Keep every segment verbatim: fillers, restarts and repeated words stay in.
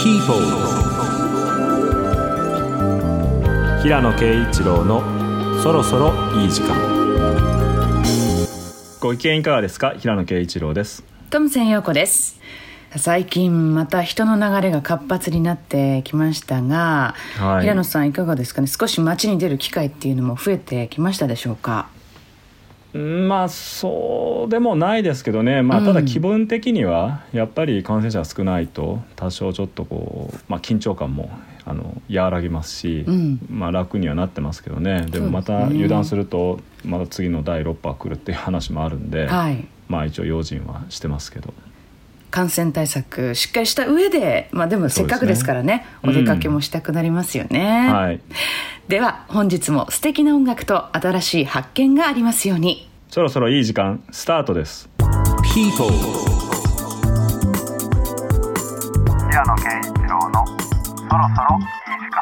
People 平野啓一郎のそろそろいい時間。ご意見いかがですか。平野啓一郎です。 トムセン陽子です。最近また人の流れが活発になってきましたが、はい、平野さんいかがですかね。少し街に出る機会っていうのも増えてきましたでしょうか。 まあそうでもないですけどね、まあ、ただ気分的にはやっぱり感染者が少ないと多少ちょっとこう、まあ、緊張感もあの和らぎますし、うんまあ、楽にはなってますけどね。でもまた油断するとまた次のだいろく波来るっていう話もあるんで、はい、まあ一応用心はしてますけど、 感染対策しっかりした上で、まあ、でもせっかくですからね、お出かけもしたくなりますよね、うんはい、では本日も素敵な音楽と新しい発見がありますように。 そろそろいい時間スタートです。 People 平野啓一郎のそろそろいい時間。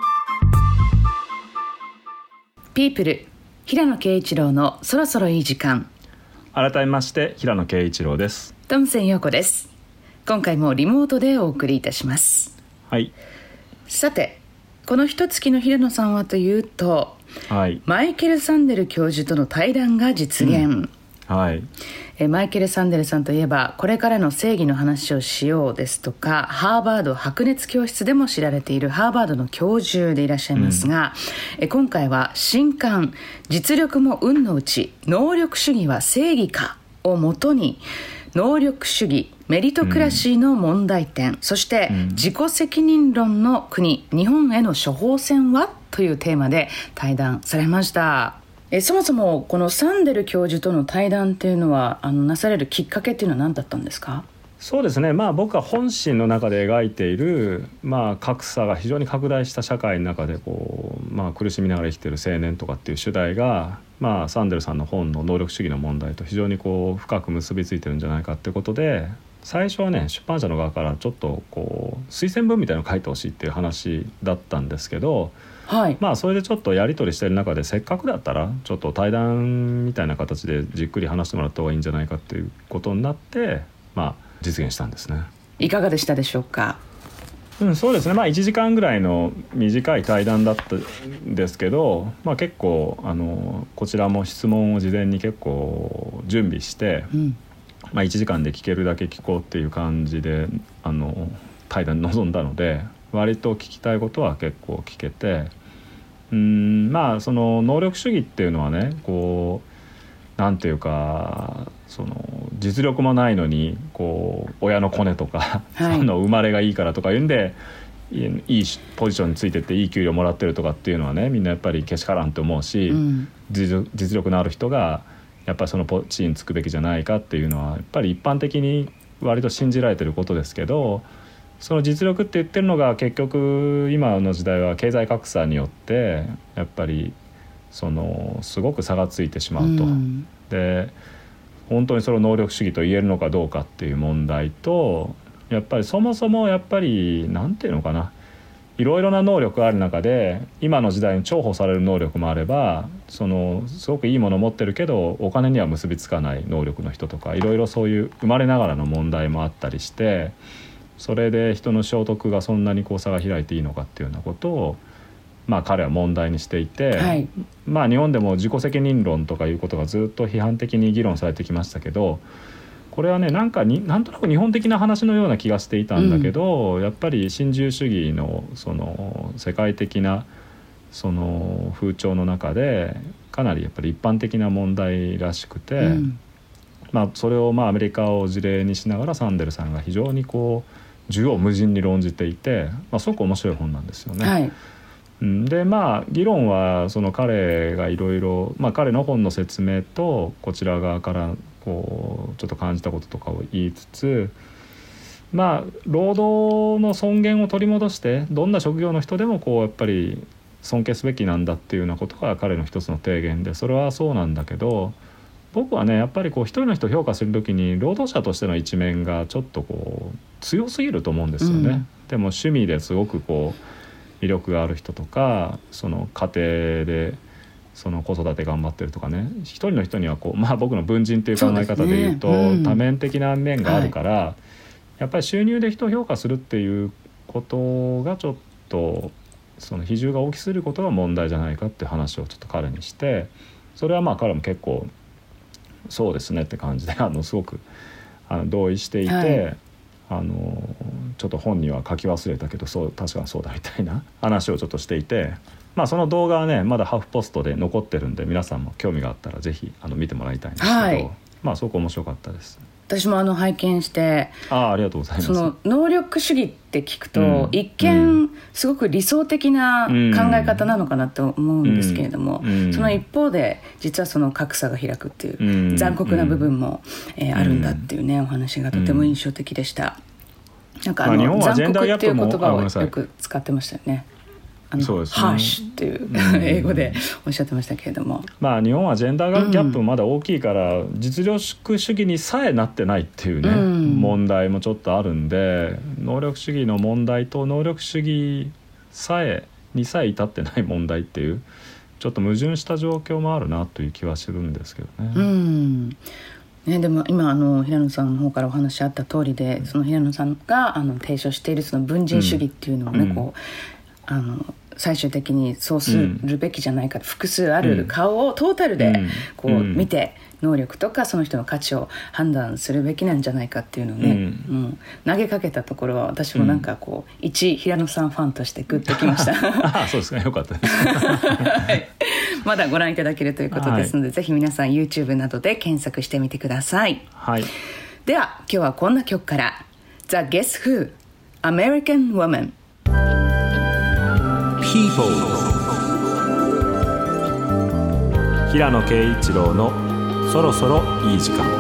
People 平野啓一郎のそろそろいい時間。 改めまして平野啓一郎です。 トムセン陽子です。今回もリモートでお送りいたします。 はい。 さてこの一月の平野さんはというと、はい、マイケル・サンデル教授との対談が実現、うんはい、えマイケル・サンデルさんといえばこれからの正義の話をしようですとかハーバード白熱教室でも知られているハーバードの教授でいらっしゃいますが、うん、え今回は新刊実力も運のうち能力主義は正義かをもとに能力主義メリトクラシーの問題点、うん、そして自己責任論の国日本への処方箋はというテーマで対談されました。えそもそもこのサンデル教授との対談っていうのはあのなされるきっかけっていうのは何だったんですか。 そうですね、まあ、僕は本心の中で描いている、まあ、格差が非常に拡大した社会の中でこう、まあ、苦しみながら生きている青年とかっていう主題が、まあ、サンデルさんの本の能力主義の問題と非常にこう深く結びついてるんじゃないかっていうことで、最初はね出版社の側からちょっとこう推薦文みたいなのを書いてほしいっていう話だったんですけど、はいまあ、それでちょっとやり取りしてる中でせっかくだったらちょっと対談みたいな形でじっくり話してもらった方がいいんじゃないかっていうことになって、まあ実現したんですね。 いかがでしたでしょうか。 うん、そうですね、まあ、いちじかんぐらいの短い対談だったんですけど、まあ、結構あのこちらも質問を事前に結構準備して、うんまあ、いちじかんで聞けるだけ聞こうっていう感じであの対談に臨んだので割と聞きたいことは結構聞けて、うーんまあその能力主義っていうのはねこうなんていうかその実力もないのにこう親のコネとか、はい、その生まれがいいからとかいうんでいいポジションについてっていい給料もらってるとかっていうのはねみんなやっぱりけしからんって思うし、うん、実, 実力のある人がやっぱりそのポジションにつくべきじゃないかっていうのはやっぱり一般的に割と信じられてることですけど、その実力って言ってるのが結局今の時代は経済格差によってやっぱりそのすごく差がついてしまうと、うん、で本当にその能力主義と言えるのかどうかっていう問題と、やっぱりそもそもやっぱりなんていうのかないろいろな能力がある中で今の時代に重宝される能力もあればそのすごくいいものを持ってるけどお金には結びつかない能力の人とかいろいろそういう生まれながらの問題もあったりして、それで人の所得がそんなにこう差が開いていいのかっていうようなことをまあ彼は問題にしていて、はい、まあ日本でも自己責任論とかいうことがずっと批判的に議論されてきましたけど、これはねなんかになんとなく日本的な話のような気がしていたんだけど、うん、やっぱり新自由主義のその世界的なその風潮の中でかなりやっぱり一般的な問題らしくて、うんまあ、それをまあアメリカを事例にしながらサンデルさんが非常にこう縦横無尽に論じていて、まあ、すごく面白い本なんですよね。はいでまあ議論はその彼がいろいろ彼の本の説明とこちら側からこうちょっと感じたこととかを言いつつ、まあ労働の尊厳を取り戻してどんな職業の人でもこうやっぱり尊敬すべきなんだっていうようなことが彼の一つの提言で、それはそうなんだけど、僕はねやっぱりこう一人の人を評価するときに労働者としての一面がちょっとこう強すぎると思うんですよね、うん、でも趣味ですごくこう魅力がある人とかその家庭でその子育て頑張ってるとかね、一人の人にはこう、まあ、僕の文人っていう考え方で言うとう、ねうん、多面的な面があるから、はい、やっぱり収入で人を評価するっていうこことがちょっとその比重が大きすぎることが問題じゃないかって話をちょっと彼にして、それはまあ彼も結構そうですねって感じであのすごくあの同意していて、はい、あのちょっと本には書き忘れたけどそう確かにそうだみたいな話をちょっとしていて、まあ、その動画はねまだハーフポストで残ってるんで皆さんも興味があったらぜひあの見てもらいたいんですけど、はい、まあすごく面白かったです。 私もあの拝見して、 あ, ありがとうございます。 その能力主義って聞くと、うん、一見すごく理想的な考え方なのかなと思うんですけれども、うんうん、その一方で実はその格差が開くっていう残酷な部分も、うんえー、あるんだっていうねお話がとても印象的でした。なんかあの、まあ、日本はジェンダーギャップも残酷っていう言葉をよく使ってましたよね。あのそうですね、ハーシュっていう、うん、英語でおっしゃってましたけれども、 まあ、日本はジェンダーギャップまだ大きいから、うん、実力主義にさえなってないっていうね、うん、問題もちょっとあるんで、能力主義の問題と能力主義さえにさえ至ってない問題っていうちょっと矛盾した状況もあるなという気はするんですけどね。 うんね、でも今あの平野さんの方からお話あった通りで、その平野さんがあの提唱しているその文人主義っていうのをね、うん、こうあの最終的にそうするべきじゃないか、うん、複数ある顔をトータルでこう見て、うん、能力とかその人の価値を判断するべきなんじゃないかっていうのをね、うんうん、投げかけたところは私もなんかこう、うん、一平野さんファンとしてグッときましたあそうですか、よかったです、 はい、まだご覧いただけるということですので、はい、ぜひ皆さん YouTube などで検索してみてください、 はい、 では今日はこんな曲から The Guess Who American Woman People 平野啓一郎のそろそろいい時間。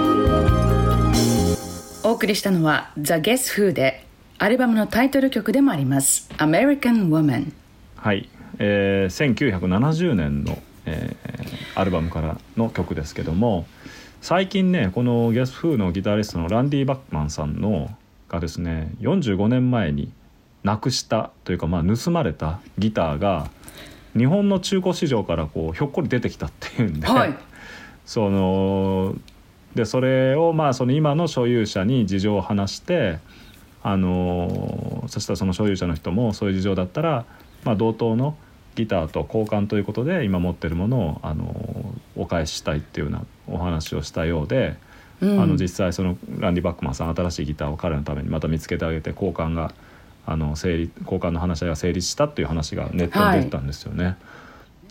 お送りしたのは The Guess Who でアルバムのタイトル曲でもあります American Woman。 はい、えー、せんきゅうひゃくななじゅうねんの、えー、アルバムからの曲ですけども、最近ねこの Guess Who のギタリストのランディ・バックマンさんのがですねよんじゅうごねんまえになくしたというか、まあ、盗まれたギターが日本の中古市場からこうひょっこり出てきたっていうんで、はい、そのでそれをまあその今の所有者に事情を話して、あのそしたらその所有者の人もそういう事情だったら、まあ、同等のギターと交換ということで今持ってるものを、あのお返ししたいっていうようなお話をしたようで、うん、あの実際そのランディ・バックマンさん新しいギターを彼のためにまた見つけてあげて交換があの成立交換の話し合いが成立したっていう話がネットに出てたんですよね、はい、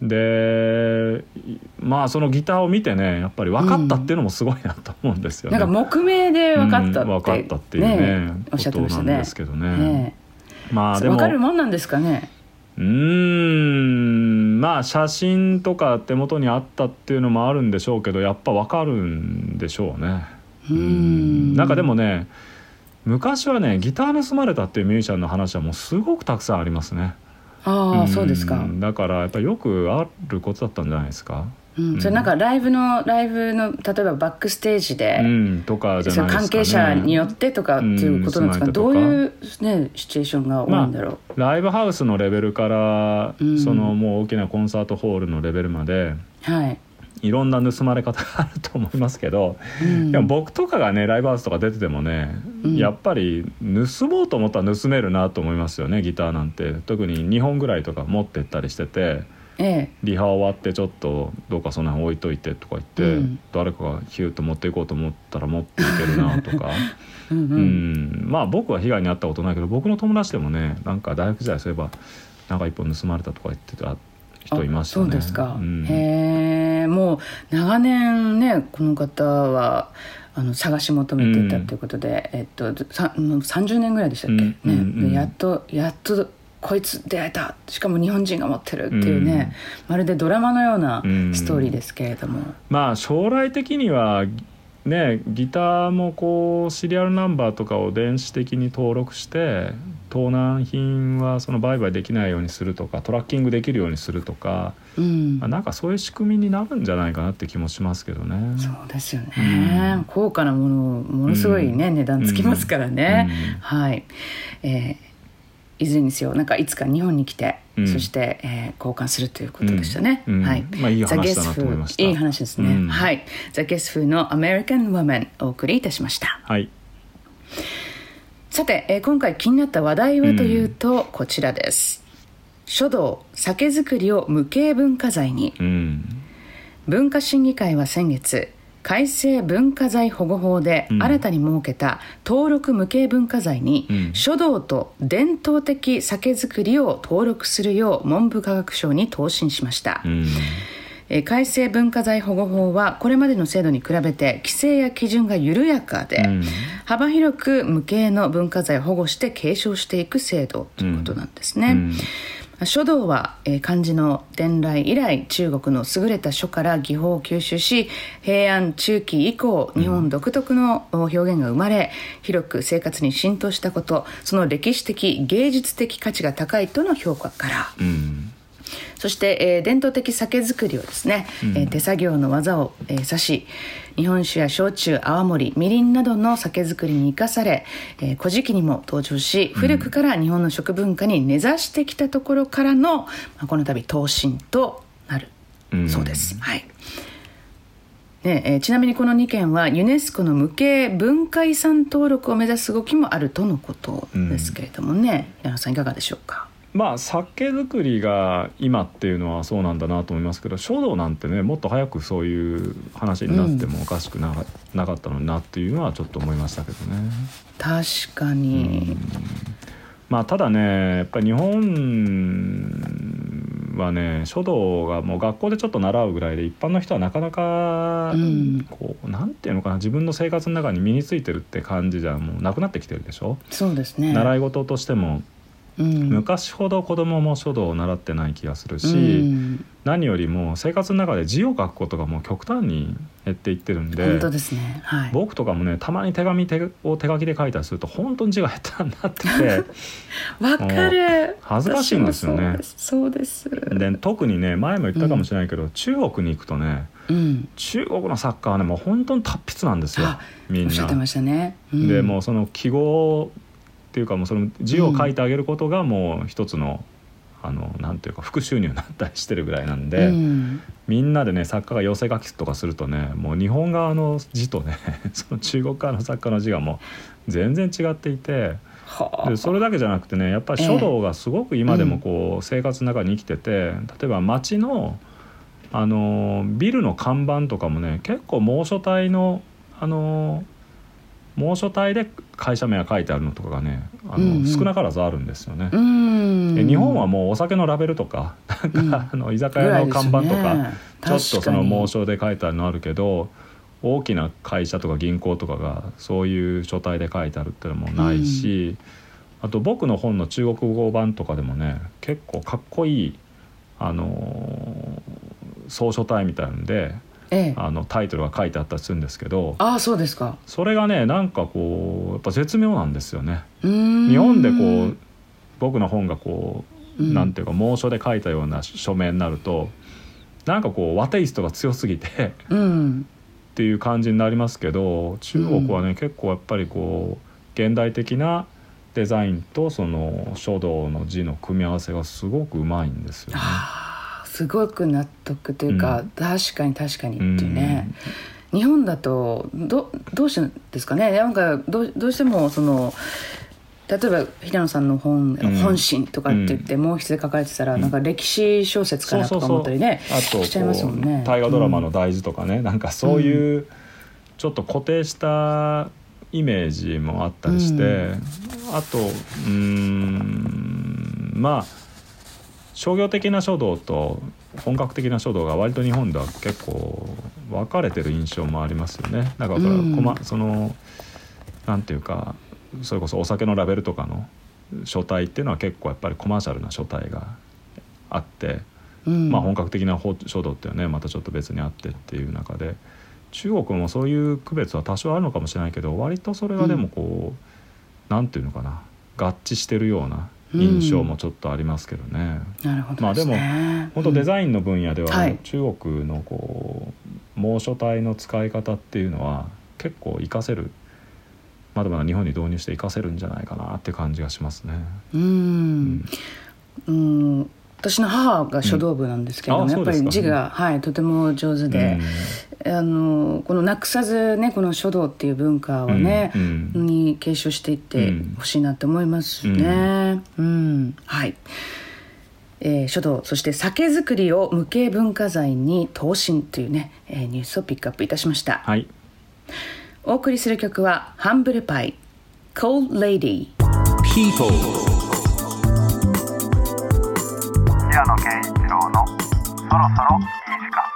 でまあそのギターを見てねやっぱり分かったっていうのもすごいなと思うんですよね、 うん、なんか木目で分かったって、うん、 分かったっていうね、 ねおっしゃってましたね。 ことなんですけどね、ねまあでも分かるもんなんですかね。 うーんまあ写真とか手元にあったっていうのもあるんでしょうけどやっぱ分かるんでしょうね。 うーんなんかでもね昔はねギター盗まれたっていうミュージシャンの話はもうすごくたくさんありますね。 ああ、そうですか。 だからやっぱりよくあることだったんじゃないですか。 うん、それなんかライブのライブの例えばバックステージで、うん、 とかじゃないですかね。 関係者によってとかっていうことなんですか、うん、どういう、ね、シチュエーションが多いんだろう、 まあ、ライブハウスのレベルから、うん、そのもう大きなコンサートホールのレベルまで、 はい、 いろんな盗まれ方があると思いますけど、うん、でも僕とかがねライブハウスとか出ててもね、うん、やっぱり盗もうと思ったら盗めるなと思いますよね。ギターなんて特ににほんぐらいとか持ってったりしてて、 ええ、 リハ終わってちょっとどうかその辺置いといてとか言って、うん、誰かがヒューッと持っていこうと思ったら持っていけるなとかうん、うん、まあ僕は被害に遭ったことないけど僕の友達でもねなんか大学時代そういえばなんか一本盗まれたとか言ってた人いましたね。 そうですか、うん、へえ。もう長年ねこの方はあの探し求めていたということで、うん、えっとささんじゅうねんぐらいでしたっけ、うんうんうん、ね、でやっとやっとこいつ出会えた、しかも日本人が持ってるっていうね、うん、まるでドラマのようなストーリーですけれども、うん、 まあ将来的にはねギターもこうシリアルナンバーとかを電子的に登録して盗難品はその売買できないようにするとかトラッキングできるようにするとか、うん、なんかそういう仕組みになるんじゃないかなって気もしますけどね。 そうですよね、うん、高価なものものすごいね、うん、値段つきますからね、うんうん、はい、えーいずれにせよなんかいつか日本に来て、うん、そして、えー、交換するということでしたね、 うんうん、 はい、 まあ、いい話だなと思いました。 いい話ですね、うん、はい。 The Guess Who の American Woman お送りいたしました、 はい。 さて、えー、今回気になった話題はというと、うん、こちらです。書道酒造りを無形文化財に、うん、文化審議会は先月改正文化財保護法で新たに設けた登録無形文化財に、うん、書道と伝統的酒造りを登録するよう文部科学省に答申しました、うん。改正文化財保護法はこれまでの制度に比べて規制や基準が緩やかで、うん、幅広く無形の文化財を保護して継承していく制度ということなんですね、うんうん、書道は、えー、漢字の伝来以来中国の優れた書から技法を吸収し、平安中期以降日本独特の表現が生まれ、広く生活に浸透したこと、その歴史的芸術的価値が高いとの評価から、うん、そして、えー、伝統的酒造りをですね、うんえー、手作業の技を、えー、指し、日本酒や焼酎、泡盛、みりんなどの酒造りに生かされ、えー、古事記にも登場し、古くから日本の食文化に根ざしてきたところからの、まあ、この度答申となるそうです、うんはいねえー、ちなみにこのにけんはユネスコの無形文化遺産登録を目指す動きもあるとのことですけれどもね、うん、柳さんいかがでしょうか。 まあ、酒造りが今っていうのはそうなんだなと思いますけど、書道なんてねもっと早くそういう話になってもおかしく な,、うん、なかったのになっていうのはちょっと思いましたけどね。 確かに、 うんまあ、ただねやっぱり日本はね書道がもう学校でちょっと習うぐらいで一般の人はなかなかこう、うん、なんていうのかな、自分の生活の中に身についてるって感じじゃもうなくなってきてるでしょ。 そうですね。 習い事としてもうん、昔ほど子供も書道を習ってない気がするし、うん、何よりも生活の中で字を書くことがもう極端に減っていってるんで、 本当ですね、はい、 僕とかもねたまに手紙手を手書きで書いたりすると本当に字が下手になっててわかる、 恥ずかしいんですよね。 そうです、そうです。 で特にね前も言ったかもしれないけど、うん、中国に行くとね、うん、中国の作家はねもう本当に達筆なんですよ。みんなおっしゃってましたね、うん、 でもうその記号っていうかもうその字を書いてあげることがもう一つの、うん、あのなんていうか副収入になったりしてるぐらいなんで、うん、みんなでね作家が寄せ書きとかするとねもう日本側の字とねその中国側の作家の字がもう全然違っていて、でそれだけじゃなくてねやっぱり書道がすごく今でもこう、うん、生活の中に生きてて、例えば街のあのビルの看板とかもね結構猛暑帯のあの猛暑帯で会社名が書いてあるのとかがねあの、うんうん、少なからずあるんですよね。うん日本はもうお酒のラベルとか、なんかあの居酒屋の看板とか、ね、ちょっとその猛暑で書いてあるのあるけど、大きな会社とか銀行とかがそういう書体で書いてあるっていうのもないし、うん、あと僕の本の中国語版とかでもね結構かっこいいあの総書体みたいなんでええ、あのタイトルが書いてあったりするんですけど、 ああそうですか。 それがねなんかこうやっぱ絶妙なんですよね。うーん日本でこう僕の本がこう、うん、なんていうか猛暑で書いたような書名になるとなんかこう和テイストが強すぎて、うん、っていう感じになりますけど、中国はね、うん、結構やっぱりこう現代的なデザインとその書道の字の組み合わせがすごくうまいんですよね。 すごく納得というか、うん、確かに確かにっていうね、うん、日本だと ど, どうしてですかね。なんか ど, どうしてもその例えば平野さんの本、うん、本心とかって言って毛筆で書かれてたら、うん、なんか歴史小説かなとか思ったりね、 そうそうそう、あとしちゃいますもんね。大河ドラマの大事とかね、うん、なんかそういうちょっと固定したイメージもあったりして、うん、あとうーんまあ商業的な書道と本格的な書道が割と日本では結構分かれてる印象もありますよね。だから、うん、そのなんていうかそれこそお酒のラベルとかの書体っていうのは結構やっぱりコマーシャルな書体があって、うん、まあ本格的な書道っていうのはねまたちょっと別にあってっていう中で、中国もそういう区別は多少あるのかもしれないけど、割とそれがでもこう、うん、なんていうのかな合致してるような印象もちょっとありますけどね、 うん、なるほどですね。 まあでも本当デザインの分野では、うん、中国のこう猛書体の使い方っていうのは結構活かせる、まだまだ日本に導入して活かせるんじゃないかなって感じがしますね。うん、 うん、私の母が書道部なんですけれども、うん、やっぱり字が、はい、とても上手で、 あのこのなくさずねこの書道っていう文化をね、うんうん、に継承していってほしいなって思いますね、うんうん、はい、えー、書道そして酒造りを無形文化財に登進というね、えー、ニュースをピックアップいたしました、 はい、 お送りする曲はハンブルパイ Cold Lady People 平野啓一郎のそろそろいい時間。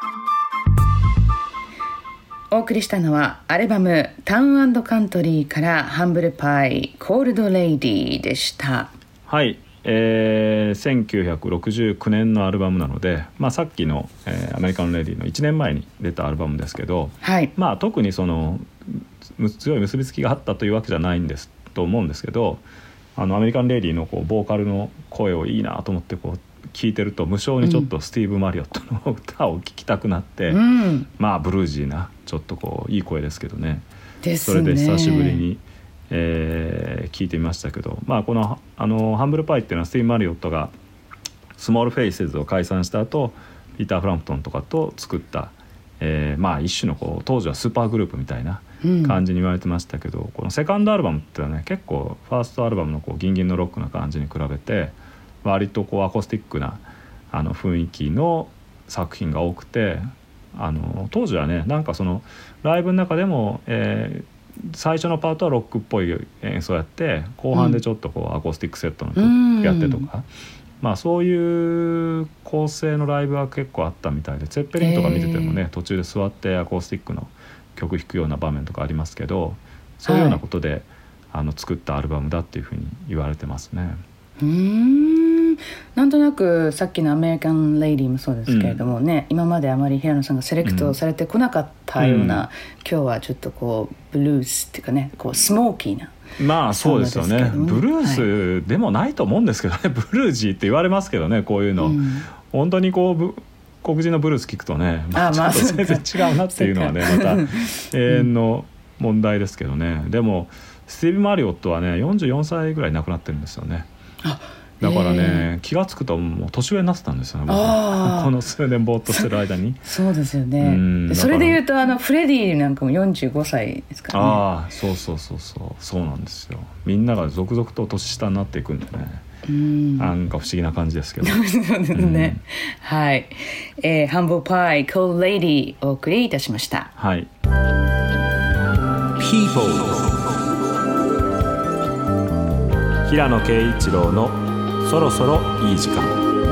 お送りしたのはアルバムタウン&カントリーからハンブルパイコールドレイディでした。 はい、えー、せんきゅうひゃくろくじゅうきゅうねんのアルバムなので、まあ、さっきの、えー、アメリカンレディのいちねんまえに出たアルバムですけど、 はい、 まあ、特にその強い結びつきがあったというわけじゃないんですと思うんですけど、あのアメリカンレディのこうボーカルの声をいいなと思ってこう聞いてると無性にちょっとスティーブ・マリオットの歌を聴きたくなって、うん、まあブルージーなちょっとこういい声ですけどね。 ですね。 それで久しぶりに、えー、聞いてみましたけど、まあ、このあのハンブルパイっていうのはスティーブ・マリオットがスモールフェイセズを解散した後ピーター・フランプトンとかと作った、えー、まあ一種のこう当時はスーパーグループみたいな感じに言われてましたけど、うん、このセカンドアルバムっていうのはね結構ファーストアルバムのこうギンギンのロックな感じに比べて割とこうアコースティックなあの雰囲気の作品が多くて、あの当時はねなんかそのライブの中でも、えー、最初のパートはロックっぽい演奏やって後半でちょっとこうアコースティックセットの曲やってとか、うん、まあそういう構成のライブは結構あったみたいで、ツェッペリンとか見ててもね途中で座ってアコースティックの曲弾くような場面とかありますけど、そういうようなことで、はい、あの作ったアルバムだっていうふうに言われてますね。 うーん、なんとなくさっきのアメリカンレイディもそうですけれどもね、うん、今まであまり平野さんがセレクトされてこなかったような、うん、今日はちょっとこうブルースっていうかねこうスモーキーな、 まあそうですよね。ブルースでもないと思うんですけどね、はい、ブルージーって言われますけどねこういうの、うん、本当にこう黒人のブルース聞くとね、まあ、ちょっと全然違うなっていうのはねまた永遠の問題ですけどね、うん、でもスティーブ・マリオットはねよんじゅうよんさいぐらい亡くなってるんですよね。 あだからね気がつくともう年上になってたんですよねこの数年ぼーっとしてる間に。 そうですよね。うんそれでいうとあのフレディなんかもよんじゅうごさいですからね。 ああそうそうそうそうそうなんですよ。みんなが続々と年下になっていくんでね、うんなんか不思議な感じですけどそうですね、うん、はい、えー、ハンボーパイコールレイディお送りいたしました。 はい。 People 平野啓一郎のそろそろいい時間。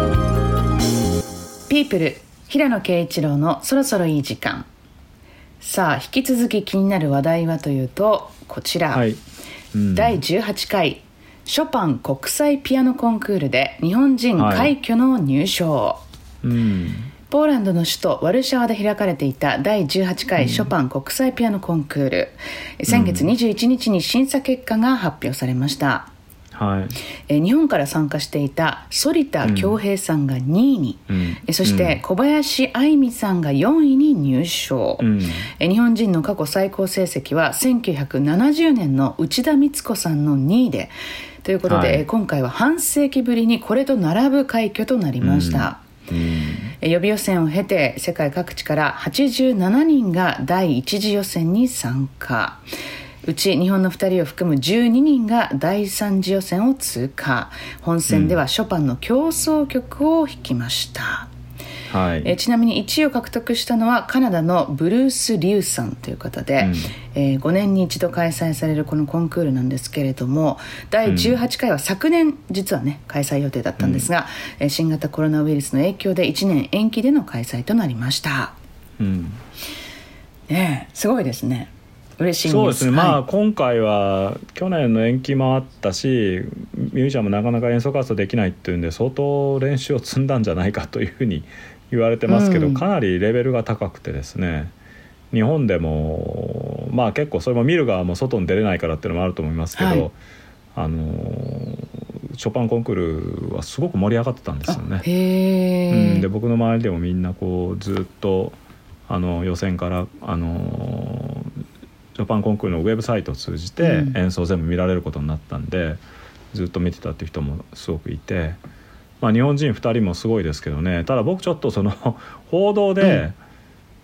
ピープル平野啓一郎のそろそろいい時間。さあ引き続き気になる話題はというとこちら、はいうん、だいじゅうはちかいショパン国際ピアノコンクールで日本人快挙の入賞、はいうん、ポーランドの首都ワルシャワで開かれていただいじゅうはちかいショパン国際ピアノコンクール、うん、先月にじゅういちにちに審査結果が発表されました。はい、え日本から参加していた反田恭平さんがにいに、うん、えそして小林愛美さんがよんいに入賞、うん、え日本人の過去最高成績はせんきゅうひゃくななじゅうねんの内田光子さんのにいでということで、はい、今回は半世紀ぶりにこれと並ぶ快挙となりました、うんうん、え予備予選を経て世界各地からはちじゅうななにんがだいいち次予選に参加。うち日本のふたりを含むじゅうににんがだいさん次予選を通過。本戦ではショパンの協奏曲を弾きました、うんはい、えちなみにいちいを獲得したのはカナダのブルース・リュウさんという方で、うんえー、ごねんに一度開催されるこのコンクールなんですけれども、だいじゅうはちかいは昨年実はね開催予定だったんですが、うん、新型コロナウイルスの影響でいちねん延期での開催となりました、うんね、すごいですね。嬉しいそうですね、はい、まあ今回は去年の延期もあったしミュージシャンもなかなか演奏活動できないっていうんで相当練習を積んだんじゃないかというふうに言われてますけど、うん、かなりレベルが高くてですね日本でもまあ結構それも見る側も外に出れないからっていうのもあると思いますけど、はい、あのショパンコンクールはすごく盛り上がってたんですよね。 へー、 うん、で僕の周りでもみんなこうずっとあの予選からあのショパンコンクールのウェブサイトを通じて演奏全部見られることになったんで、うん、ずっと見てたっていう人もすごくいて、まあ、日本人ふたりもすごいですけどね。ただ僕ちょっとその報道で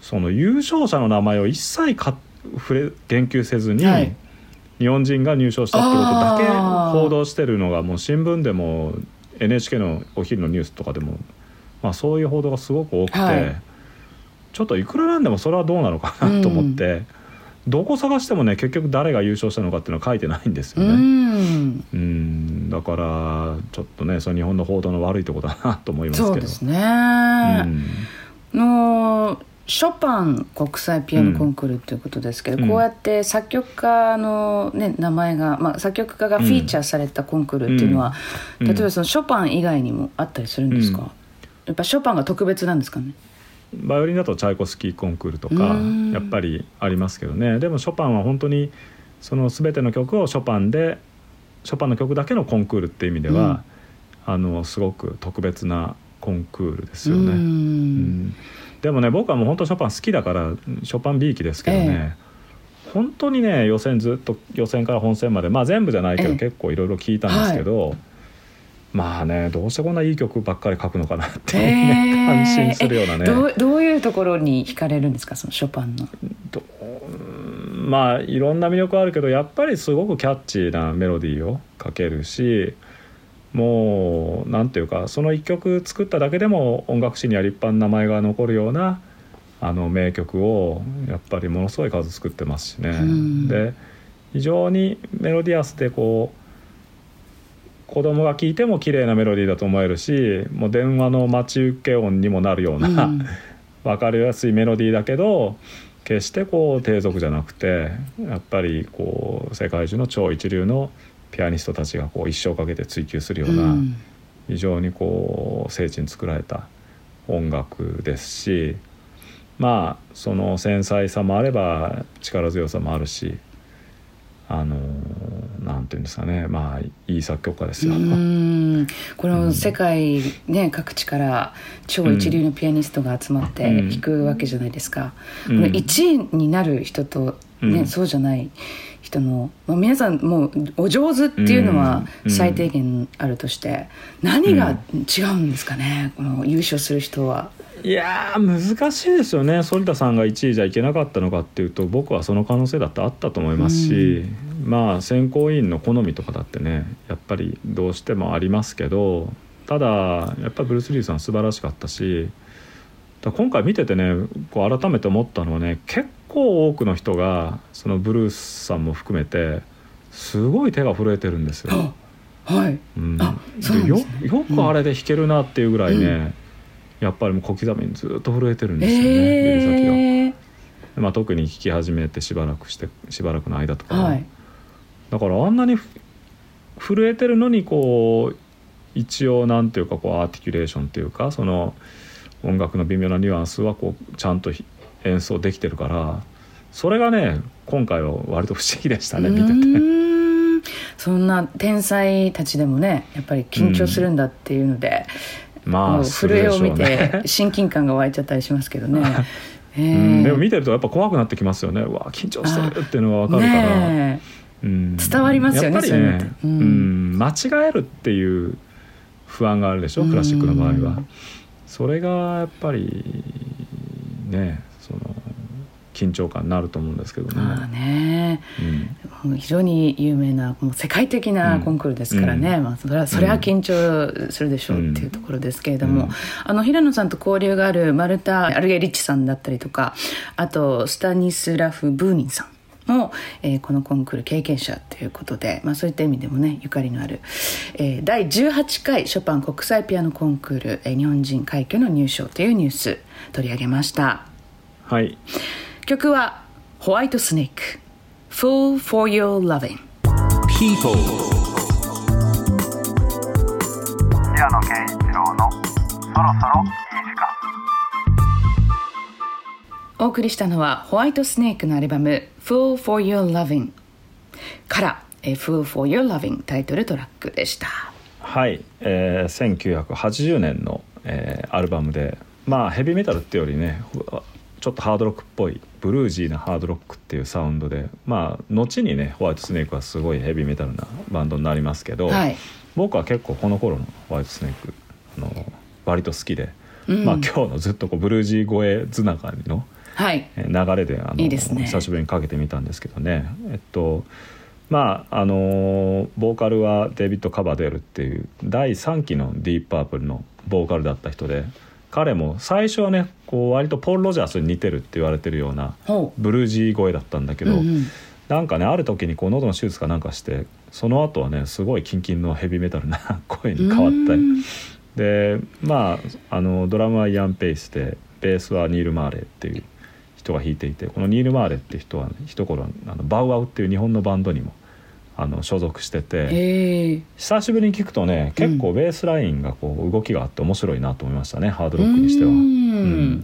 その優勝者の名前を一切か触れ言及せずに、はい、日本人が入賞したってことだけ報道してるのがもう新聞でも エヌエイチケー のお昼のニュースとかでも、まあ、そういう報道がすごく多くて、はい、ちょっといくらなんでもそれはどうなのかなと思って、うん、どこ探してもね結局誰が優勝したのかっていうのは書いてないんですよね。うんうんだからちょっとねその日本の報道の悪いところだなと思いますけど。 そうですね、うんのショパン国際ピアノコンクールということですけど、うん、こうやって作曲家の、ね、名前が、まあ、作曲家がフィーチャーされたコンクールっていうのは、うん、例えばそのショパン以外にもあったりするんですか、うん、やっぱショパンが特別なんですかね。 バイオリンだとチャイコフスキーコンクールとかやっぱりありますけどね。でもショパンは本当にその全ての曲をショパンでショパンの曲だけのコンクールっていう意味では、うん、あのすごく特別なコンクールですよね。うんうんでもね僕はもう本当ショパン好きだからショパン B 期ですけどね、えー、本当にね予選ずっと予選から本戦までまあ全部じゃないけど、えー、結構いろいろ聞いたんですけど、はい、まあねどうしてこんないい曲ばっかり書くのかなっていうね、えー、感心するようなね。 どう、どういうところに惹かれるんですかそのショパンの。 どまあいろんな魅力あるけどやっぱりすごくキャッチーなメロディーを書けるしもうなんていうかその一曲作っただけでも音楽史には立派な名前が残るようなあの名曲をやっぱりものすごい数作ってますしね、うん、で非常にメロディアスでこう子供が聴いても綺麗なメロディーだと思えるしもう電話の待ち受け音にもなるような、うん、分かりやすいメロディーだけど決してこう低俗じゃなくてやっぱりこう世界中の超一流のピアニストたちがこう一生かけて追求するような、うん、非常にこう精緻に作られた音楽ですしまあその繊細さもあれば力強さもあるしあのなんていうんですかねまあいい作曲家ですよ。 うんこの世界、ね、各地から超一流のピアニストが集まって弾くわけじゃないですか、うん、このいちいになる人と、ねうん、そうじゃない人の、まあ、皆さんもうお上手っていうのは最低限あるとして、うん、何が違うんですかね、うん、この優勝する人は。 いや難しいですよね。反田さんがいちいじゃいけなかったのかっていうと僕はその可能性だってあったと思いますし、うん、まあ選考委員の好みとかだってねやっぱりどうしてもありますけどただやっぱりブルース・リーさん素晴らしかったしだ今回見ててねこう改めて思ったのはね結構多くの人がそのブルースさんも含めてすごい手が震えてるんですよ。 はい、 うん、あそうなんですね。よ、よくあれで弾けるなっていうぐらいね、うんやっぱりもう小刻みにずっと震えてるんですよね、えー、指先が、まあ、特に弾き始めてしばらくしてしばらくの間とか、はい、だからあんなに震えてるのにこう一応なんていうかこうアーティキュレーションっていうかその音楽の微妙なニュアンスはこうちゃんと演奏できてるからそれがね今回は割と不思議でしたね見てて。うーんそんな天才たちでもねやっぱり緊張するんだっていうので、うんまあ、震えを見て親近感が湧いちゃったりしますけどね、えーうん、でも見てるとやっぱ怖くなってきますよね。うわ緊張してるっていうのが分かるから、ねうん、伝わりますよね。やっぱりね、 うんうん、間違えるっていう不安があるでしょクラシックの場合は、うん、それがやっぱりねその緊張感になると思うんですけどね。 まあね、うん、非常に有名なもう世界的なコンクールですからね、うんまあ、それはそれは緊張するでしょうっていうところですけれども、うん、あの平野さんと交流があるマルタ・アルゲリッチさんだったりとかあとスタニスラフ・ブーニンさんも、えー、このコンクール経験者ということで、まあ、そういった意味でもねゆかりのある、えー、だいじゅうはちかいショパン国際ピアノコンクール、えー、日本人快挙の入賞というニュース取り上げました。 はい曲はホワイトスネーク Fool for Your Loving People 平野啓一郎のそろそろいい時間。 お送りしたのはホワイトスネークのアルバム Fool for Your Loving からえ Fool for Your Loving タイトルトラックでした。 はい、えー、せんきゅうひゃくはちじゅうねんの、えー、アルバムでまあヘビーメタルってよりねちょっとハードロックっぽいブルージーなハードロックっていうサウンドでまあ後にねホワイトスネークはすごいヘビーメタルなバンドになりますけど、はい、僕は結構この頃のホワイトスネークあの割と好きで、うん、まあ今日のずっとこうブルージー声つながりの流れで、はい、あのいいですね、久しぶりにかけてみたんですけどね。えっとまああのボーカルはデビッド・カバデルっていうだいさんきのディープパープルのボーカルだった人で、彼も最初はねこう割とポール・ロジャースに似てるって言われてるようなブルージー声だったんだけど、うんうん、なんかねある時にこう喉の手術かなんかして、その後はねすごいキンキンのヘビーメタルな声に変わったりで、まああのドラムはイアン・ペイスでベースはニール・マーレーっていう人が弾いていて、このニール・マーレーって人は、ね、一頃あのバウアウっていう日本のバンドにもあの所属してて、えー、久しぶりに聞くとね結構ベースラインがこう動きがあって面白いなと思いましたね、ハードロックにしては。うん、うん、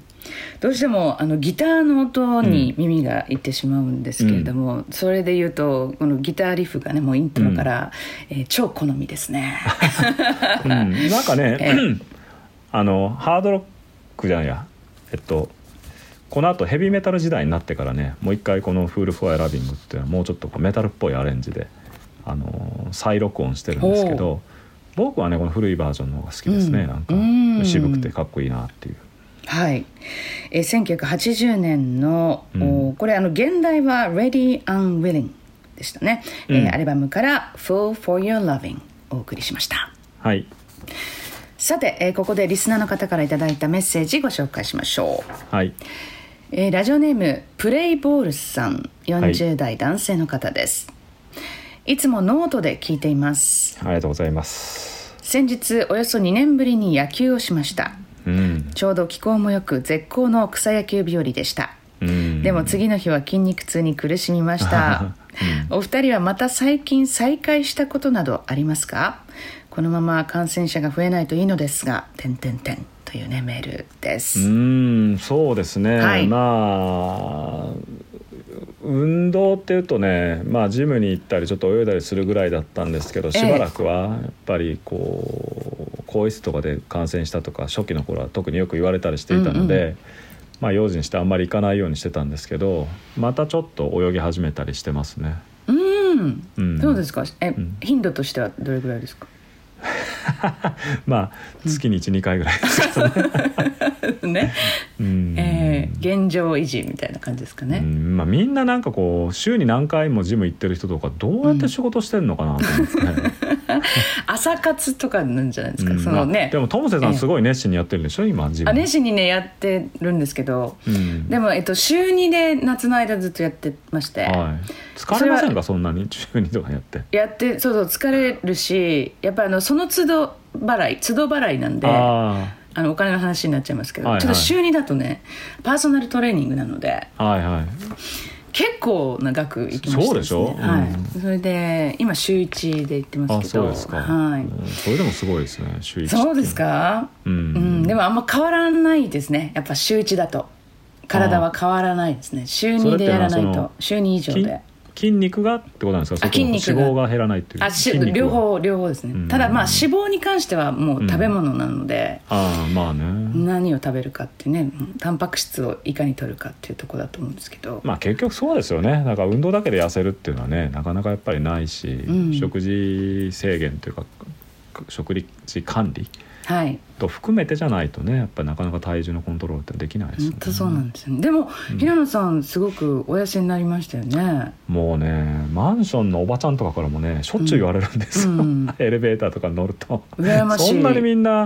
どうしてもあのギターの音に耳がいってしまうんですけれども、うん、それでいうとこのギターリフがねもうイントロから、うんえー、超好みですね、 うん、なんかね、えー、あのハードロックじゃんやえっとこのあとヘビーメタル時代になってからねもう一回このフール・フォア・ラビングっていうのはもうちょっとこうメタルっぽいアレンジで、あのー、再録音してるんですけど、僕はねこの古いバージョンの方が好きですね、うん、なんかうん渋くてかっこいいなっていう。 はい、えー、せんきゅうひゃくはちじゅうねんの、うん、これあの現代は Ready and Willing でしたね、うんえー、アルバムから Fool for Your Loving お送りしました。 はい、 さて、えー、ここでリスナーの方からいただいたメッセージご紹介しましょう。 はい、 えー、ラジオネームプレイボールさん、よんじゅう代男性の方です、はい、いつもノートで聞いています。 ありがとうございます。 先日およそにねんぶりに野球をしました、うん、ちょうど気候もよく絶好の草野球日和でした、うん、でも次の日は筋肉痛に苦しみました、うん、お二人はまた最近再会したことなどありますか？このまま感染者が増えないといいのですが点々点というねメールです。 うーんそうですね、はい、まあ運動っていうとね、まあ、ジムに行ったりちょっと泳いだりするぐらいだったんですけど、しばらくはやっぱりこう更衣室とかで感染したとか初期の頃は特によく言われたりしていたので、うんうんまあ、用心してあんまり行かないようにしてたんですけど、またちょっと泳ぎ始めたりしてますね。 うん、うん、そうですか。え、うん、頻度としてはどれぐらいですか？ まあ月に いち,に 回ぐらいですけどね。 ね、うんえー、現状維持みたいな感じですかね。 うんまあ、みんななんかこう週に何回もジム行ってる人とかどうやって仕事してんのかなと思ってね、 うん、朝活とかなんじゃないですか、うん、そのね、 まあ、でもトモセさんすごい熱心にやってるんでしょ、えー、今ジム。 あ熱心にねやってるんですけど、うん、でも、えっと、週にで夏の間ずっとやってまして、はい、 疲れませんか？そんなに週にとかやってやってそうそう疲れるし、やっぱりあのその都度払い都度払いなんで、ああのお金の話になっちゃいますけど、はいはい、ちょっと週にだとねパーソナルトレーニングなので、はいはい、結構な額いきましたね。 そうでしょ、うんはい、それで今週いちで行ってますけど。あそうですか、はい、 うん、それでもすごいですね週いち。 そうですか、うんうん、でもあんま変わらないですね。やっぱ週いちだと体は変わらないですね。週にでやらないと週に以上で筋肉がってことなんですか？それとも脂肪が減らないっていう。 あ両方両方ですね、うん、ただまあ脂肪に関してはもう食べ物なので、うん、あまあね、何を食べるかってね、タンパク質をいかに取るかっていうところだと思うんですけど、 まあ結局そうですよね。だから運動だけで痩せるっていうのはねなかなかやっぱりないし、うん、食事制限というか食事管理はい、と含めてじゃないとねやっぱりなかなか体重のコントロールってできないですよね。 本当そうなんですよね。でも、うん、平野さんすごくお痩せになりましたよね。 もうねマンションのおばちゃんとかからもねしょっちゅう言われるんですよ、うん、エレベーターとかに乗ると羨ましい。そんなにみんな、うん、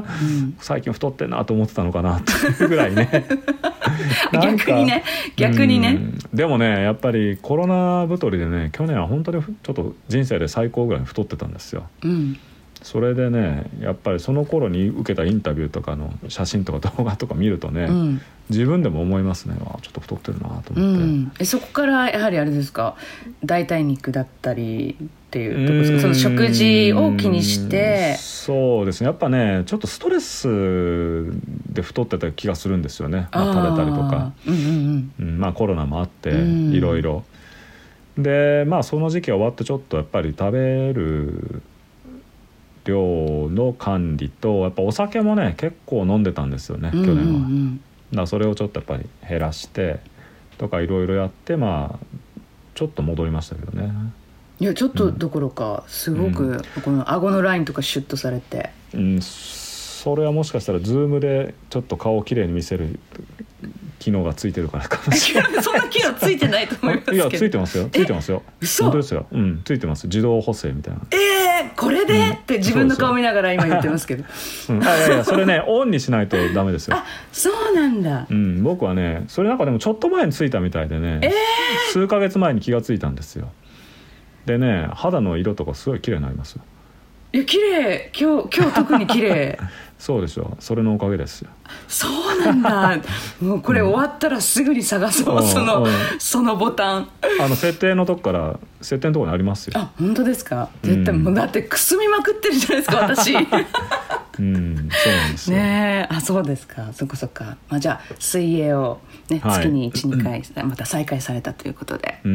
最近太ってんなと思ってたのかなっていうぐらいね逆にね逆にね、うん、 でもねやっぱりコロナ太りでね去年は本当にちょっと人生で最高ぐらい太ってたんですよ、うんそれでねやっぱりその頃に受けたインタビューとかの写真とか動画とか見るとね、うん、自分でも思いますね。あちょっと太ってるなと思って、うん、 えそこからやはりあれですか代替肉だったりっていうとこですか？その食事を気にして。 そうですねやっぱねちょっとストレスで太ってた気がするんですよね、まあ、食べたりとか、うんうんうん、まあコロナもあっていろいろでまあその時期が終わってちょっとやっぱり食べる量の管理とやっぱお酒もね結構飲んでたんですよね去年は、うんうんうん、だからそれをちょっとやっぱり減らしてとかいろいろやってまあちょっと戻りましたけどね。 いやちょっとどころか、うん、すごくこの顎のラインとかシュッとされて、うん、 それはもしかしたらズームでちょっと顔をきれいに見せる機能がついてるからかもしれないそんな機能ついてないと思いますけど。 いやついてますよついてますよ。 嘘。 本当ですよ、うん、ついてます。自動補正みたいな。 えー、これで、うん、って自分の顔見ながら今言ってますけど、 うん、あいやいやそれねオンにしないとダメですよ。 あそうなんだ、 うん、僕はねそれなんかでもちょっと前についたみたいでね、えー、数ヶ月前に気がついたんですよ。でね肌の色とかすごい綺麗になりますよ。 いや綺麗今日今日特に綺麗そうでしょ。それのおかげですよ。 そうなんだもうこれ終わったらすぐに探そう、うん、その、うん、そのボタンあの設定のとこから設定のところにありますよ。 あ本当ですか。絶対、うん、もうだってくすみまくってるじゃないですか私うん、そうなんですよね。あそうですか。そっかそっか、まあ、じゃあ水泳を、ねはい、月に いち,に 回また再開されたということで、 うん、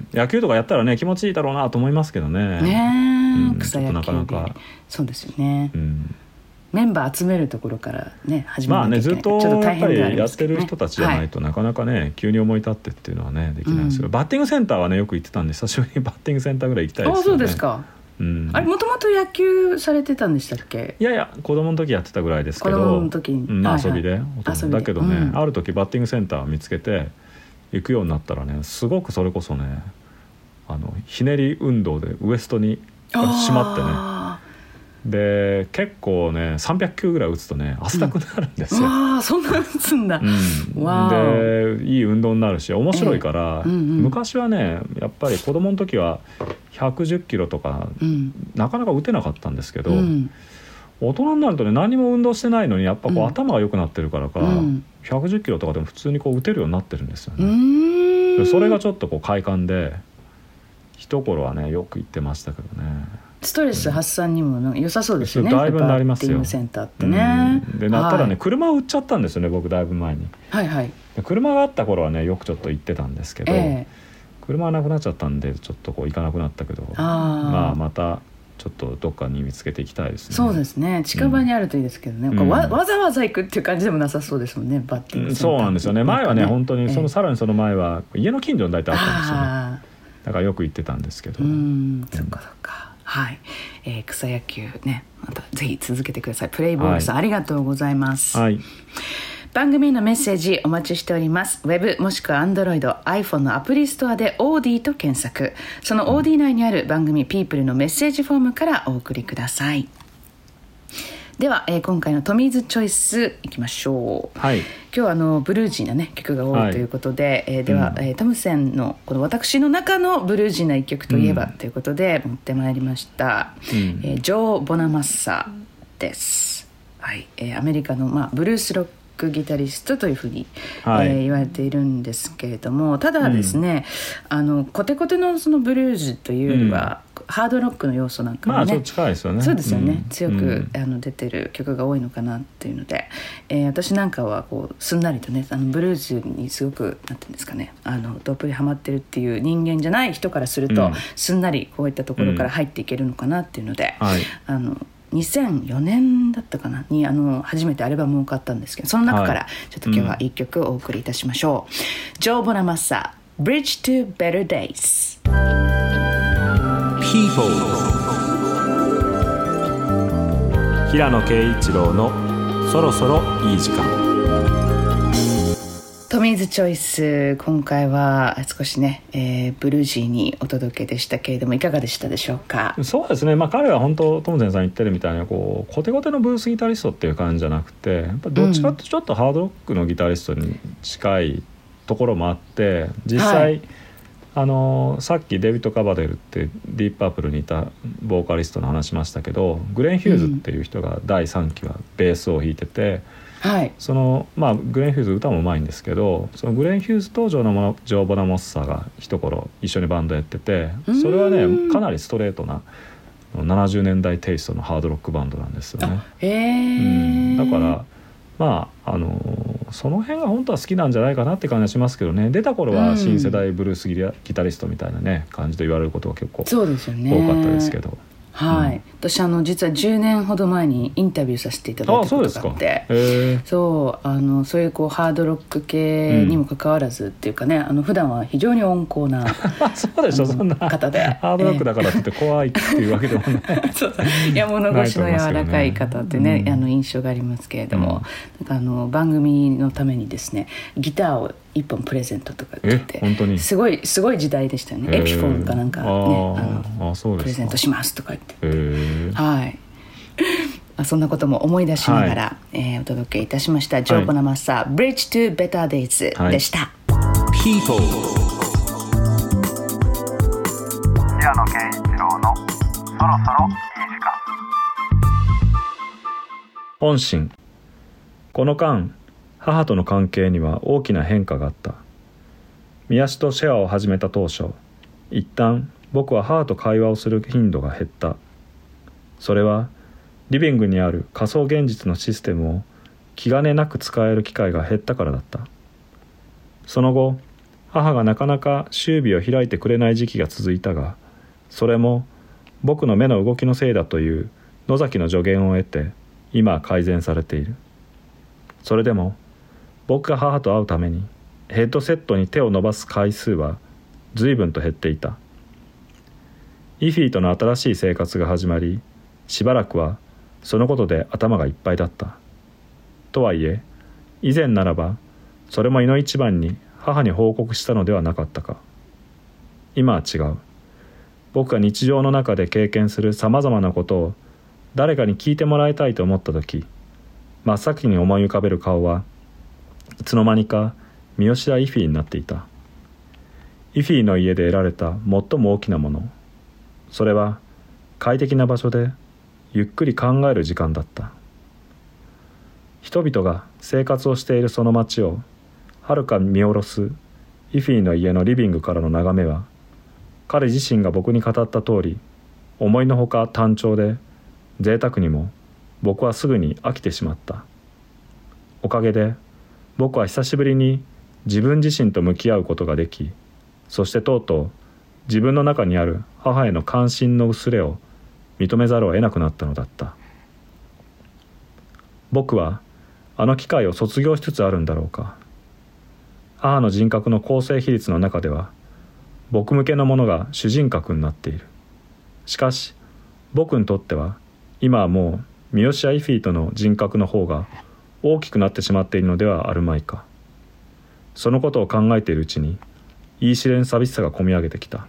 野球とかやったらね気持ちいいだろうなと思いますけどね。 ね、 うん、草野球なかなかそうですよね、 うん、 メンバー集めるところからね始めまあねなきゃいけない。 ずっとちょっとやっぱ大変ではありりやってますけどねる人たちじゃないとなかなかね、はい、急に思い立ってっていうのはねできないですけど、うん、バッティングセンターはねよく行ってたんで久しぶりにバッティングセンターぐらい行きたいですよね。 あそうですか。うん、あれもともと野球されてたんでしたっけ。 いやいや子供の時やってたぐらいですけど、 子供の時に、 うんまあ、遊びで、 はいはい、遊びでだけどね、 うん、 ある時バッティングセンターを見つけて行くようになったらねすごくそれこそねあのひねり運動でウエストに締まってねで結構ねさんびゃくきゅうぐらい打つとね汗だくなるんですよ、うん、 わそんな打つんだ、 うん、わでいい運動になるし面白いから、えーうんうん、昔はねやっぱり子供の時はひゃくじゅっキロとか、うん、なかなか打てなかったんですけど、うん、大人になるとね何も運動してないのにやっぱこう、うん、頭が良くなってるからか、うん、ひゃくじゅっキロとかでも普通にこう打てるようになってるんですよね。うんでそれがちょっとこう快感で一頃はねよく行ってましたけどね。 ストレス発散にも良さそうですよね。 だいぶなりますよ。 バッティングセンターってね、 うん、でなったらね、はい、車を売っちゃったんですよね僕だいぶ前に、 はいはい、 で車があった頃はねよくちょっと行ってたんですけど、えー、車がなくなっちゃったんでちょっとこう行かなくなったけどあ、まあ、またちょっとどっかに見つけていきたいですね。 そうですね近場にあるといいですけどね、うん、わ, わざわざ行くっていう感じでもなさそうですもんねバッティングセンター、 そうなんですよね。前はね本当にその、えー、さらにその前は家の近所に大体あったんですよね。だからよく行ってたんですけど、 うん、そっかそっか、はい、えー、草野球ねまたぜひ続けてください。プレイボールさん、はい、ありがとうございます、はい、番組へのメッセージお待ちしております。ウェブもしくは Android、iPhone のアプリストアで オーディー と検索、その オーディー 内にある番組 People のメッセージフォームからお送りください。では、えー、今回のトミーズチョイスいきましょう、はい、今日はあのブルージーな、ね、曲が多いということで、はい、えー、では、うんえー、トムセンのこの私の中のブルージーな一曲といえば、うん、ということで持ってまいりました、うんえー、ジョー・ボナマッサです、はいえー、アメリカの、まあ、ブルースロックギタリストというふうに、はいえー、言われているんですけれども、ただですね、うん、あのコテコテ の, そのブルージーというよりは、うんハードロックの要素なんかもね、まあ、そう近いですよね。そうですよね、うん、強く、うん、あの出てる曲が多いのかなっていうので、えー、私なんかはこうすんなりとねあのブルースにすごくなんていうんですかねあのどっぷりハマってるっていう人間じゃない人からすると、うん、すんなりこういったところから入っていけるのかなっていうので、うんはい、あのにせんよねんだったかなにあの初めてアルバムを買ったんですけどその中からちょっと今日は一曲お送りいたしましょう、うん、ジョー・ボナマッサ Bridge to Better Days People 平野啓一郎のそろそろいい時間。 トミーズチョイス今回は少しね、えー、ブルージーにお届けでしたけれどもいかがでしたでしょうか。 そうですね、まあ、彼は本当トムゼンさん言ってるみたいなこうコテコテのブルースギタリストっていう感じじゃなくてやっぱどっちかってちょっとハードロックのギタリストに近いところもあって実際、はいあのさっきデビッド・カバデルってディープパープルにいたボーカリストの話しましたけどグレン・ヒューズっていう人がだいさんきはベースを弾いてて、うんはいそのまあ、グレン・ヒューズ歌もうまいんですけどそのグレン・ヒューズとジョー・ジョー・ボナモッサが一頃一緒にバンドやっててそれはねかなりストレートなななじゅうねんだいテイストのハードロックバンドなんですよね。 へー、 うん、だからまああのー、その辺が本当は好きなんじゃないかなって感じがしますけどね。出た頃は新世代ブルースギタリストみたいなね感じで言われることが結構多かったですけど、 はい、うん、私あの実はじゅうねんほど前にインタビューさせていただいたことがあって、そうあのそういうこうハードロック系にもかかわらずっていうかね、うん、あの普段は非常に温厚なそうでしょ、そんな方でハードロックだからって怖いっていうわけでもないそういや物腰の柔らかい方ってね、うん、あの印象がありますけれども、うん、なんかあの番組のためにですねギターを一本プレゼントとか言って本当にすごいすごい時代でしたよね。エピフォンかなんかね、あのあそうですか、 プレゼントしますとか言って、はいそんなことも思い出しながら、はいえー、お届けいたしましたジョー・ボナマッサー、はい、Bridge to Better Days でした、はい、People 平野啓一郎のそろそろいい時間。 本心。この間母との関係には大きな変化があった。宮氏とシェアを始めた当初、一旦僕は母と会話をする頻度が減った。それはリビングにある仮想現実のシステムを気兼ねなく使える機会が減ったからだった。その後、母がなかなか周尾を開いてくれない時期が続いたが、それも僕の目の動きのせいだという野崎の助言を得て今は改善されている。それでも僕が母と会うためにヘッドセットに手を伸ばす回数は随分と減っていた。イフィーとの新しい生活が始まり、しばらくはそのことで頭がいっぱいだった。とはいえ、以前ならばそれもいの一番に母に報告したのではなかったか。今は違う。僕が日常の中で経験するさまざまなことを誰かに聞いてもらいたいと思ったとき、真っ先に思い浮かべる顔はいつの間にか三好イフィーになっていた。イフィーの家で得られた最も大きなもの、それは快適な場所でゆっくり考える時間だった。人々が生活をしているその街をはるか見下ろすイフィーの家のリビングからの眺めは、彼自身が僕に語った通り思いのほか単調で、贅沢にも僕はすぐに飽きてしまった。おかげで僕は久しぶりに自分自身と向き合うことができ、そしてとうとう自分の中にある母への関心の薄れを認めざるを得なくなったのだった。僕はあの機会を卒業しつつあるんだろうか。母の人格の構成比率の中では僕向けのものが主人格になっている。しかし僕にとっては今はもう三好イフィートの人格の方が大きくなってしまっているのではあるまいか。そのことを考えているうちに言い知れん寂しさがこみ上げてきた。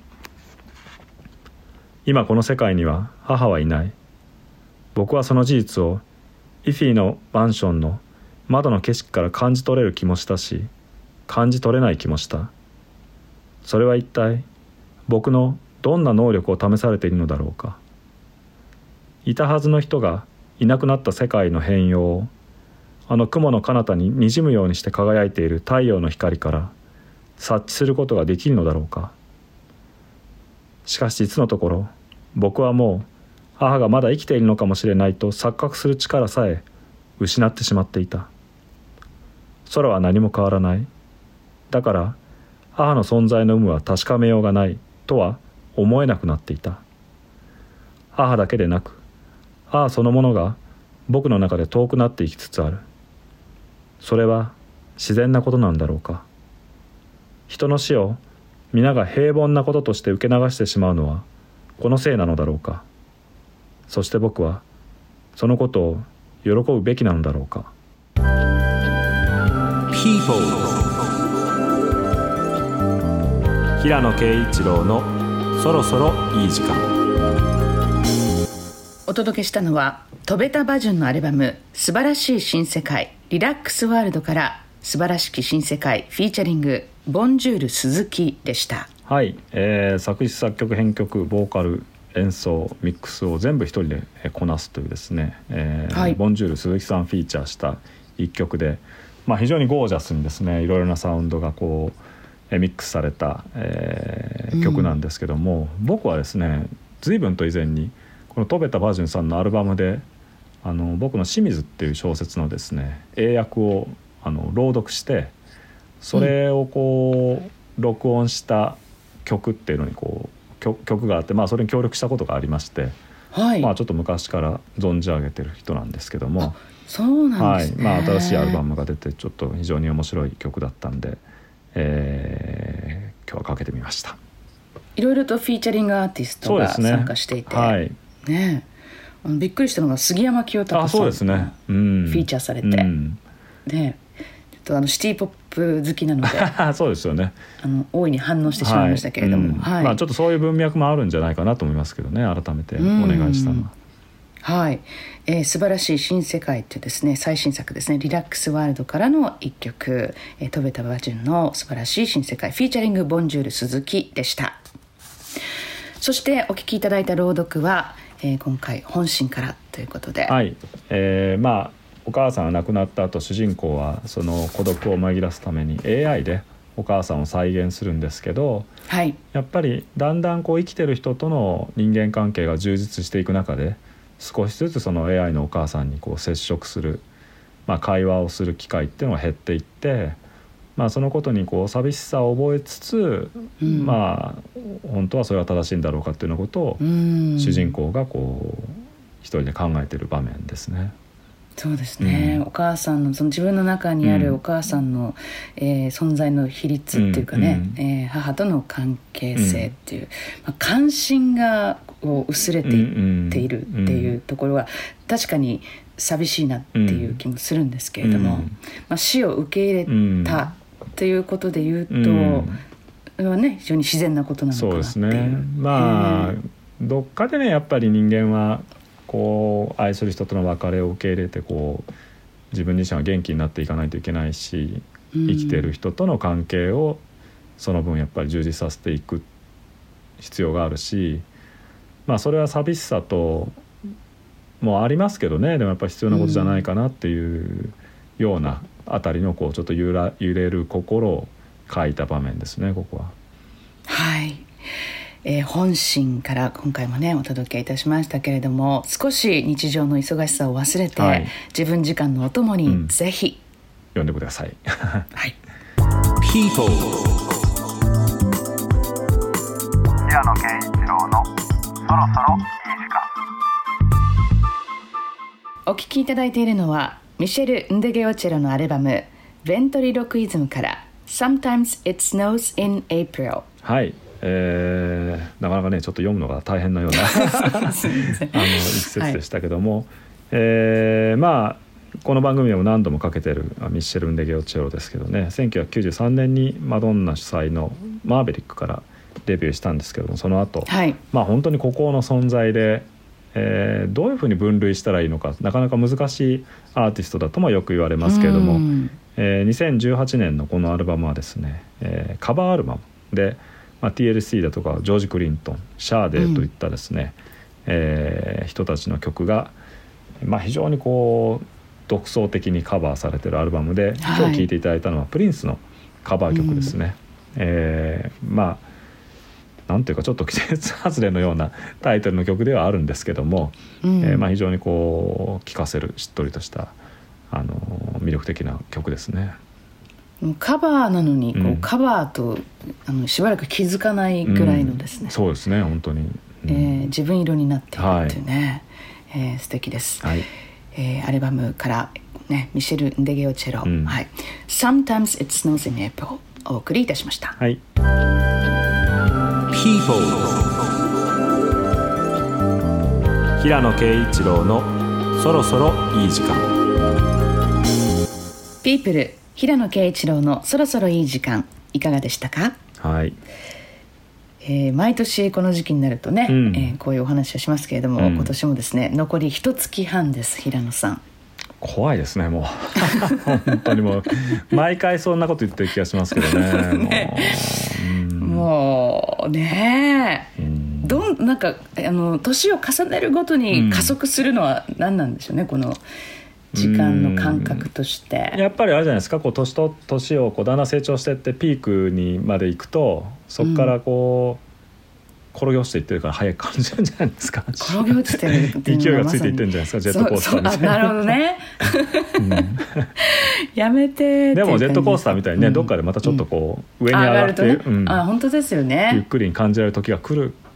今この世界には母はいない。僕はその事実をイフィーのマンションの窓の景色から感じ取れる気もしたし、感じ取れない気もした。それは一体僕のどんな能力を試されているのだろうか。いたはずの人がいなくなった世界の変容を、あの雲の彼方ににじむようにして輝いている太陽の光から察知することができるのだろうか。しかし実のところ、僕はもう母がまだ生きているのかもしれないと錯覚する力さえ失ってしまっていた。空は何も変わらない。だから母の存在の有無は確かめようがないとは思えなくなっていた。母だけでなく、母そのものが僕の中で遠くなっていきつつある。それは自然なことなんだろうか。人の死を皆が平凡なこととして受け流してしまうのはこのせいなのだろうか。そして僕はそのことを喜ぶべきなのだろうか。People 平野啓一郎のそろそろいい時間。 お届けしたのは戸ベタバジュンのアルバム素晴らしい新世界リラックスワールドから素晴らしき新世界フィーチャリングボンジュール鈴木でした。 はい、えー、作詞作曲編曲ボーカル演奏ミックスを全部一人でこなすというですね、えーはい、ボンジュール鈴木さんフィーチャーした一曲で、まあ、非常にゴージャスにですねいろいろなサウンドがこうミックスされた、えー、曲なんですけども、うん、僕はですね随分と以前にこの戸ベタバジュンさんのアルバムであの僕の清水っていう小説のですね英訳をあの朗読して、それをこう録音した曲っていうのにこう 曲, 曲があって、まあ、それに協力したことがありまして、 はい、 まあ、ちょっと昔から存じ上げてる人なんですけども、 そうなんですね、 はい、まあ、新しいアルバムが出てちょっと非常に面白い曲だったんで、えー、今日はかけてみました。 いろいろとフィーチャリングアーティストが参加していて、 はい、 ね、あのびっくりしたのが杉山清貴さんがフィーチャーされて、うんね、ちょっとあのシティポップ好きなのでそうですよね、 あの大いに反応してしまいましたけれども、 はい、うん、はい、まあ、ちょっとそういう文脈もあるんじゃないかなと思いますけどね、改めてお願いしたのは。 はい、えー、素晴らしい新世界というですね、最新作ですね、リラックスワールドからの一曲、えー、戸部バジュンの素晴らしい新世界フィーチャリングボンジュール鈴木でした。そしてお聞きいただいた朗読は、えー、今回本心からということで、 はい、えー、まあお母さんが亡くなった後、主人公はその孤独を紛らすために エーアイ でお母さんを再現するんですけど、 はい、 やっぱりだんだんこう生きてる人との人間関係が充実していく中で、少しずつその エーアイ のお母さんにこう接触する、まあ、会話をする機会っていうのが減っていって、まあ、そのことにこう寂しさを覚えつつ、うん、まあ本当はそれは正しいんだろうかっていうようなことを主人公がこう一人で考えている場面ですね。 そうですね、うん、お母さんのその自分の中にあるお母さんの、うん、えー、存在の比率っていうかね、うん、えー、母との関係性っていう、うん、まあ、関心がこう薄れていっているっていうところは確かに寂しいなっていう気もするんですけれども、うん、まあ、死を受け入れたということでいうと、うん、はね、非常に自然なことなのかなっていう。 そうですね、まあ、えー、どっかでねやっぱり人間はこう愛する人との別れを受け入れてこう自分自身は元気になっていかないといけないし、生きている人との関係をその分やっぱり充実させていく必要があるし、まあそれは寂しさともありますけどね、でもやっぱり必要なことじゃないかなっていうようなあたりのこうちょっと揺ら揺れる心を書いた場面ですね、ここは。 はい、えー、本心から今回もねお届けいたしましたけれども、少し日常の忙しさを忘れて、はい、自分時間のお供にぜひ、 うん、読んでください。 はい。 People 平野啓一郎のそろそろいい時間。 お聴きいただいているのはミシェル・ンデゲオチェロのアルバムベントリロクイズムから Sometimes It Snows in April。 はい、えー、なかなかねちょっと読むのが大変なようなあの一節でしたけども、はい、えー、まあこの番組でも何度もかけてるミッシェル・ンデゲオチェロですけどね、せんきゅうひゃくきゅうじゅうさんねんにマドンナ主催のマーベリックからデビューしたんですけども、その後、はい、まあ本当に孤高の存在で、えー、どういうふうに分類したらいいのかなかなか難しいアーティストだともよく言われますけれども、えー、にせんじゅうはちねんのこのアルバムはですね、えー、カバーアルバムで、まあ、ティーエルシー だとかジョージ・クリントン、シャーデーといったですね、うん、えー、人たちの曲が、まあ、非常にこう独創的にカバーされているアルバムで、はい、今日聴いていただいたのはプリンスのカバー曲ですね、うん、えー、まあなんていうかちょっと季節外れのようなタイトルの曲ではあるんですけども、うん、えーまあ、非常にこう聴かせるしっとりとしたあの魅力的な曲ですね。 カバーなのにこう、うん、カバーとあのしばらく気づかないぐらいのですね、 うん、そうですね本当に、うん、 えー、自分色になっているっていうね、はい、えー、素敵です、はい、えー、アルバムから、ね、ミシェル・ンデゲオチェロ、うん、はい、Sometimes It Snows in April お送りいたしました。 はい。 People 平野啓一郎のそろそろいい時間。 People 平野啓一郎のそろそろいい時間、いかがでしたか？ はい、 えー、毎年この時期になるとね、うん、えー、こういうお話をしますけれども、うん、今年もですね残り一月半です。平野さん怖いですねもう本当にもう毎回そんなこと言ってる気がしますけど ね, ねもうねえ、うん、どんなんかあの年を重ねるごとに加速するのは何なんでしょうね、うん、この時間の感覚として。 やっぱりあれじゃないですか、こう年と年をこうだんだん成長していってピークにまで行くとそこからこう、うん、転げ落ちていってるから早く感じるんじゃないですか。 転げ落ちてるっていうのは勢いがついていってるんじゃないですか、ジェットコースターみたいな。 なるほどね、うん、やめてでもジェットコースターみたいにね、うん、どっかでまたちょっとこう、うん、上に上がって、 上がるとね、うん、あ本当ですよね、 ゆっくりに感じられる時が来る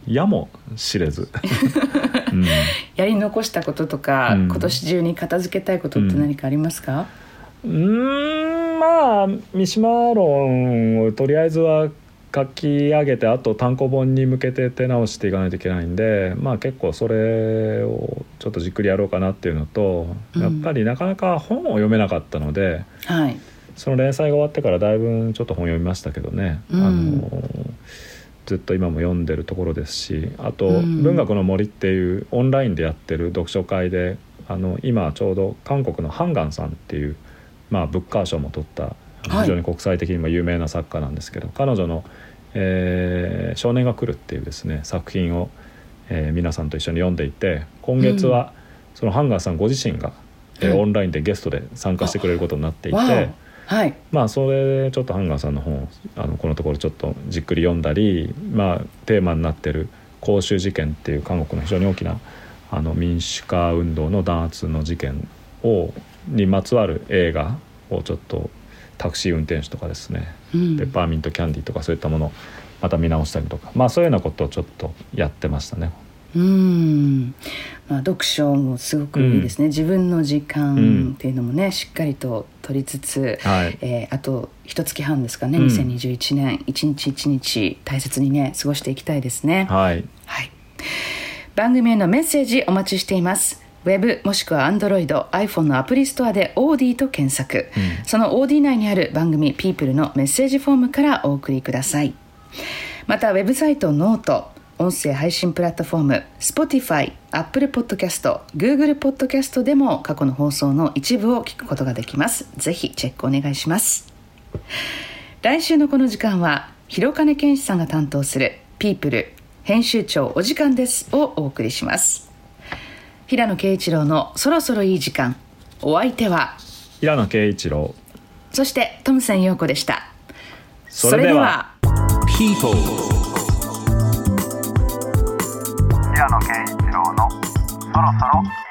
やも知れず、うん、 やり残したこととか、うん、今年中に片付けたいことって何かありますか？ うーん、まあ三島論をとりあえずは書き上げて、あと単行本に向けて手直していかないといけないんで、まあ結構それをちょっとじっくりやろうかなっていうのと、うん、やっぱりなかなか本を読めなかったので、はい、その連載が終わってからだいぶちょっと本読みましたけどね、うん、あのずっと今も読んでるところですし、あと、うん、文学の森っていうオンラインでやってる読書会で、あの今ちょうど韓国のハンガンさんっていう、まあ、ブッカー賞も取った非常に国際的にも有名な作家なんですけど、はい、彼女の、えー「少年が来る」っていうですね作品を、えー、皆さんと一緒に読んでいて、今月はそのハンガンさんご自身が、うん、えー、オンラインでゲストで参加してくれることになっていて、はい、まあそれでちょっとハンガーさんの本をあのこのところちょっとじっくり読んだり、まあ、テーマになってる光州事件っていう韓国の非常に大きなあの民主化運動の弾圧の事件をにまつわる映画をちょっとタクシー運転手とかですね、うん、ペッパーミントキャンディーとかそういったものをまた見直したりとか、まあそういうようなことをちょっとやってましたね。 うーん、まあ、読書もすごくいいですね、うん、自分の時間っていうのもね、うん、しっかりと取りつつ、はい、えー、あと一月半ですかね、うん、にせんにじゅういちねん一日一日大切にね過ごしていきたいですね。はい、はい、番組へのメッセージお待ちしています。ウェブもしくは Android、iPhone のアプリストアで オーディー と検索、うん、その オーディー 内にある番組 People のメッセージフォームからお送りください。またウェブサイトノート、音声配信プラットフォーム Spotify、Apple Podcast、Google Podcast でも過去の放送の一部を聞くことができます。ぜひチェックお願いします。来週のこの時間は広金健志さんが担当する People 編集長お時間ですをお送りします。平野啓一郎のそろそろいい時間、お相手は平野啓一郎、 そしてトムセン陽子でした。 それでは People 平野啓一郎のそろそろ